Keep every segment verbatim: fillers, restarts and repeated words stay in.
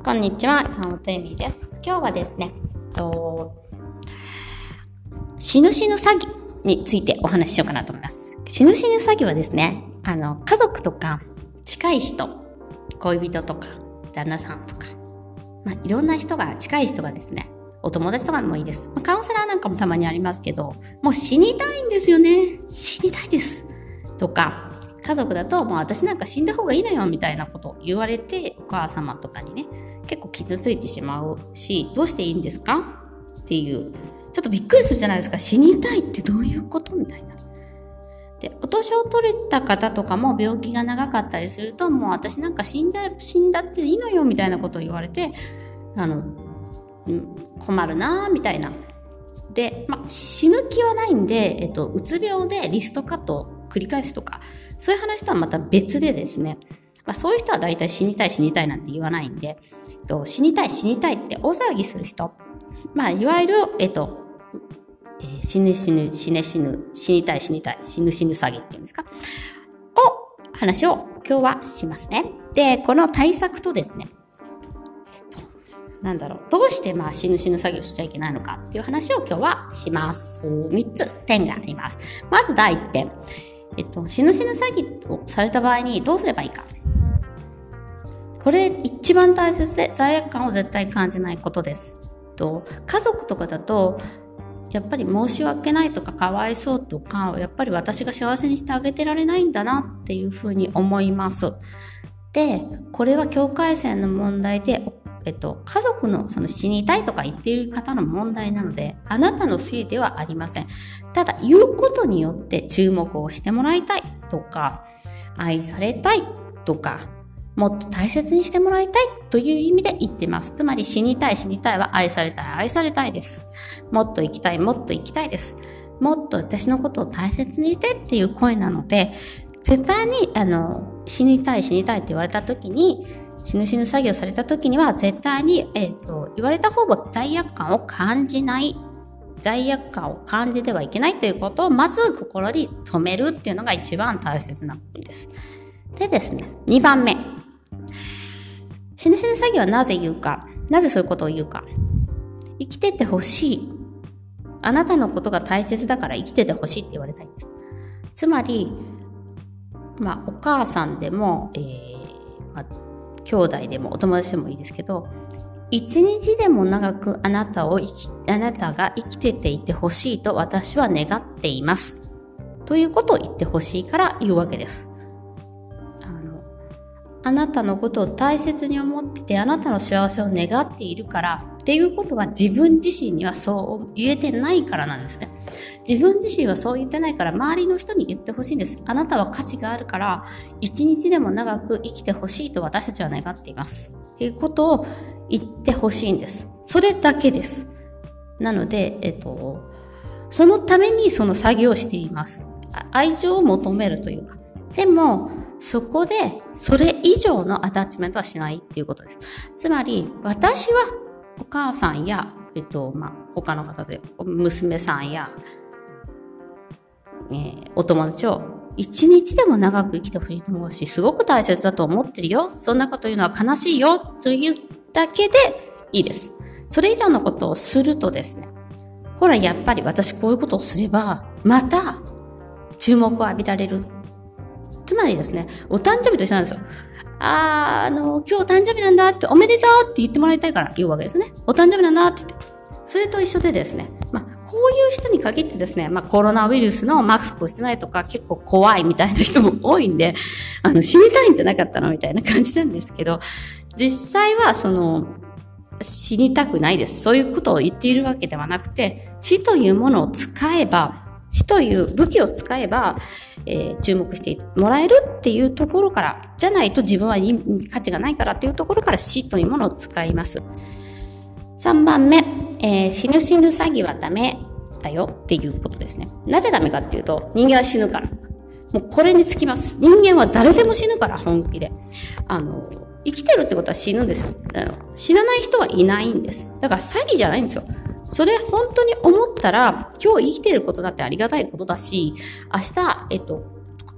こんにちは、山本恵美です。今日はですね、と死ぬ死ぬ詐欺についてお話ししようかなと思います。死ぬ死ぬ詐欺はですね、あの家族とか近い人、恋人とか旦那さんとか、まあ、いろんな人が近い人がですね、お友達とかもいいです。まあ、カウンセラーなんかもたまにありますけど、もう死にたいんですよね。死にたいですとか、家族だともう私なんか死んだ方がいいのよみたいなことを言われて、お母様とかにね結構傷ついてしまうし、どうしていいんですかっていう、ちょっとびっくりするじゃないですか。死にたいってどういうことみたいな。で、お年を取れた方とかも病気が長かったりすると、もう私なんか死んじゃ死んだっていいのよみたいなことを言われて、あの、うん、困るなみたいな。で、まあ、死ぬ気はないんで、えっと、うつ病でリストカットを繰り返すとか、そういう話とはまた別でですね、まあ、そういう人は大体死にたい死にたいなんて言わないんで、えっと、死にたい死にたいって大騒ぎする人、まあ、いわゆる、えっと、えー、死ぬ死ぬ死ね死ぬ死にたい死にたい死ぬ死ぬ詐欺っていうんですか、を話を今日はしますね。で、この対策とですね、えっと、なんだろう、どうしてまあ死ぬ死ぬ詐欺をしちゃいけないのかっていう話を今日はします。みっつ点があります。まずだいいってん、えっと、死ぬ死ぬ詐欺をされた場合にどうすればいいか。これ一番大切で、罪悪感を絶対感じないことです。と、家族とかだとやっぱり申し訳ないとかかわいそうとか、やっぱり私が幸せにしてあげてられないんだなっていうふうに思います。で、これは境界線の問題で、えっと、家族のその死にたいとか言っている方の問題なので、あなたのせいではありません。ただ言うことによって注目をしてもらいたいとか、愛されたいとか、もっと大切にしてもらいたいという意味で言ってます。つまり死にたい死にたいは愛されたい愛されたいです。もっと生きたいもっと生きたいです。もっと私のことを大切にしてっていう声なので、絶対にあの死にたい死にたいって言われた時に、死ぬ死ぬ詐欺をされた時には絶対に、えーと、言われた方は罪悪感を感じない、罪悪感を感じてはいけないということをまず心に留めるっていうのが一番大切なことです。でですね、にばんめ、死ぬ死ぬ詐欺はなぜ言うか、なぜそういうことを言うか。生きててほしい、あなたのことが大切だから生きててほしいって言われたいんです。つまり、まあお母さんでも、えーまあ兄弟でもお友達でもいいですけど、一日でも長くあなたを生き、あなたが生きてていてほしいと私は願っています。ということを言ってほしいから言うわけです。あの、あなたのことを大切に思ってて、あなたの幸せを願っているからっていうことは自分自身にはそう言えてないからなんですね。自分自身はそう言ってないから周りの人に言ってほしいんです。あなたは価値があるから一日でも長く生きてほしいと私たちは願っていますっていうことを言ってほしいんです。それだけです。なので、えっと、そのためにその作業をしています。愛情を求めるというか。でもそこでそれ以上のアタッチメントはしないっていうことです。つまり私はお母さんや、えっとまあ、他の方で娘さんやえー、お友達を一日でも長く生きてほしいと思うし、すごく大切だと思ってるよ。そんなこと言うのは悲しいよというだけでいいです。それ以上のことをするとですね、ほらやっぱり私こういうことをすればまた注目を浴びられる。つまりですね、お誕生日と一緒なんですよ。あー、あの今日誕生日なんだっておめでとうって言ってもらいたいから言うわけですね。お誕生日なんだって言って。それと一緒でですね、まあ、こういう人に限ってですね、まあ、コロナウイルスのマスクをしてないとか結構怖いみたいな人も多いんで、あの、死にたいんじゃなかったのみたいな感じなんですけど、実際はその、死にたくないです。そういうことを言っているわけではなくて、死というものを使えば、死という武器を使えば、えー、注目してもらえるっていうところから、じゃないと自分は価値がないからっていうところから死というものを使います。さんばんめ、えー、死ぬ死ぬ詐欺はダメだよっていうことですね。なぜダメかっていうと、人間は死ぬから。もうこれにつきます。人間は誰でも死ぬから、本気で。あの、生きてるってことは死ぬんですよ。あの死なない人はいないんです。だから詐欺じゃないんですよ。それ本当に思ったら、今日生きてることだってありがたいことだし、明日、えっと、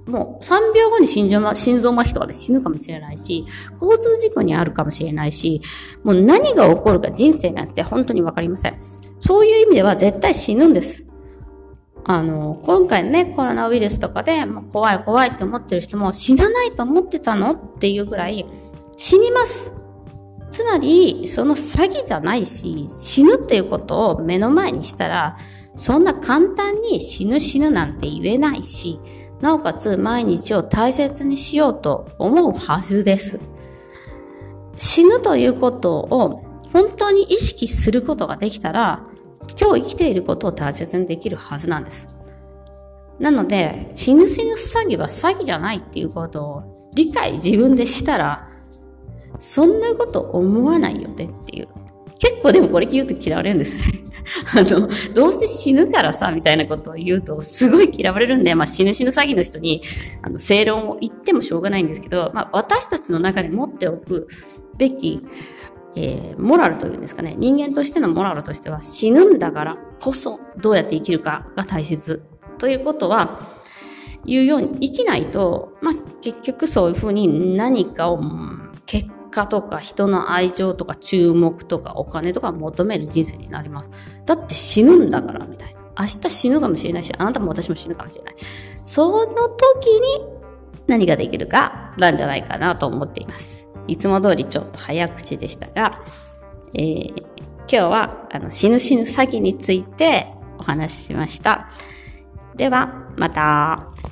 もうさんびょうごに心臓ま心臓麻痺とかで死ぬかもしれないし、交通事故にあるかもしれないし、もう何が起こるか人生なんて本当にわかりません。そういう意味では絶対死ぬんです。あの、今回ね、コロナウイルスとかで、もう怖い怖いって思ってる人も死なないと思ってたのっていうぐらい死にます。つまり、その詐欺じゃないし、死ぬっていうことを目の前にしたら、そんな簡単に死ぬ死ぬなんて言えないし、なおかつ毎日を大切にしようと思うはずです。死ぬということを本当に意識することができたら、今日生きていることを大切にできるはずなんです。なので、死ぬ死ぬ詐欺は詐欺じゃないっていうことを理解自分でしたら、そんなこと思わないよねっていう。結構でもこれ言うと嫌われるんですね。あの、どうせ死ぬからさ、みたいなことを言うと、すごい嫌われるんで、まあ死ぬ死ぬ詐欺の人に、あの、正論を言ってもしょうがないんですけど、まあ私たちの中に持っておくべき、えー、モラルというんですかね。人間としてのモラルとしては、死ぬんだからこそ、どうやって生きるかが大切。ということは、言うように生きないと、まあ結局そういうふうに何かを、結果とか人の愛情とか注目とかお金とか求める人生になります。だって死ぬんだからみたいな。明日死ぬかもしれないし、あなたも私も死ぬかもしれない。その時に何ができるかなんじゃないかなと思っています。いつも通りちょっと早口でしたが、えー、今日はあの死ぬ死ぬ詐欺についてお話ししました。ではまた。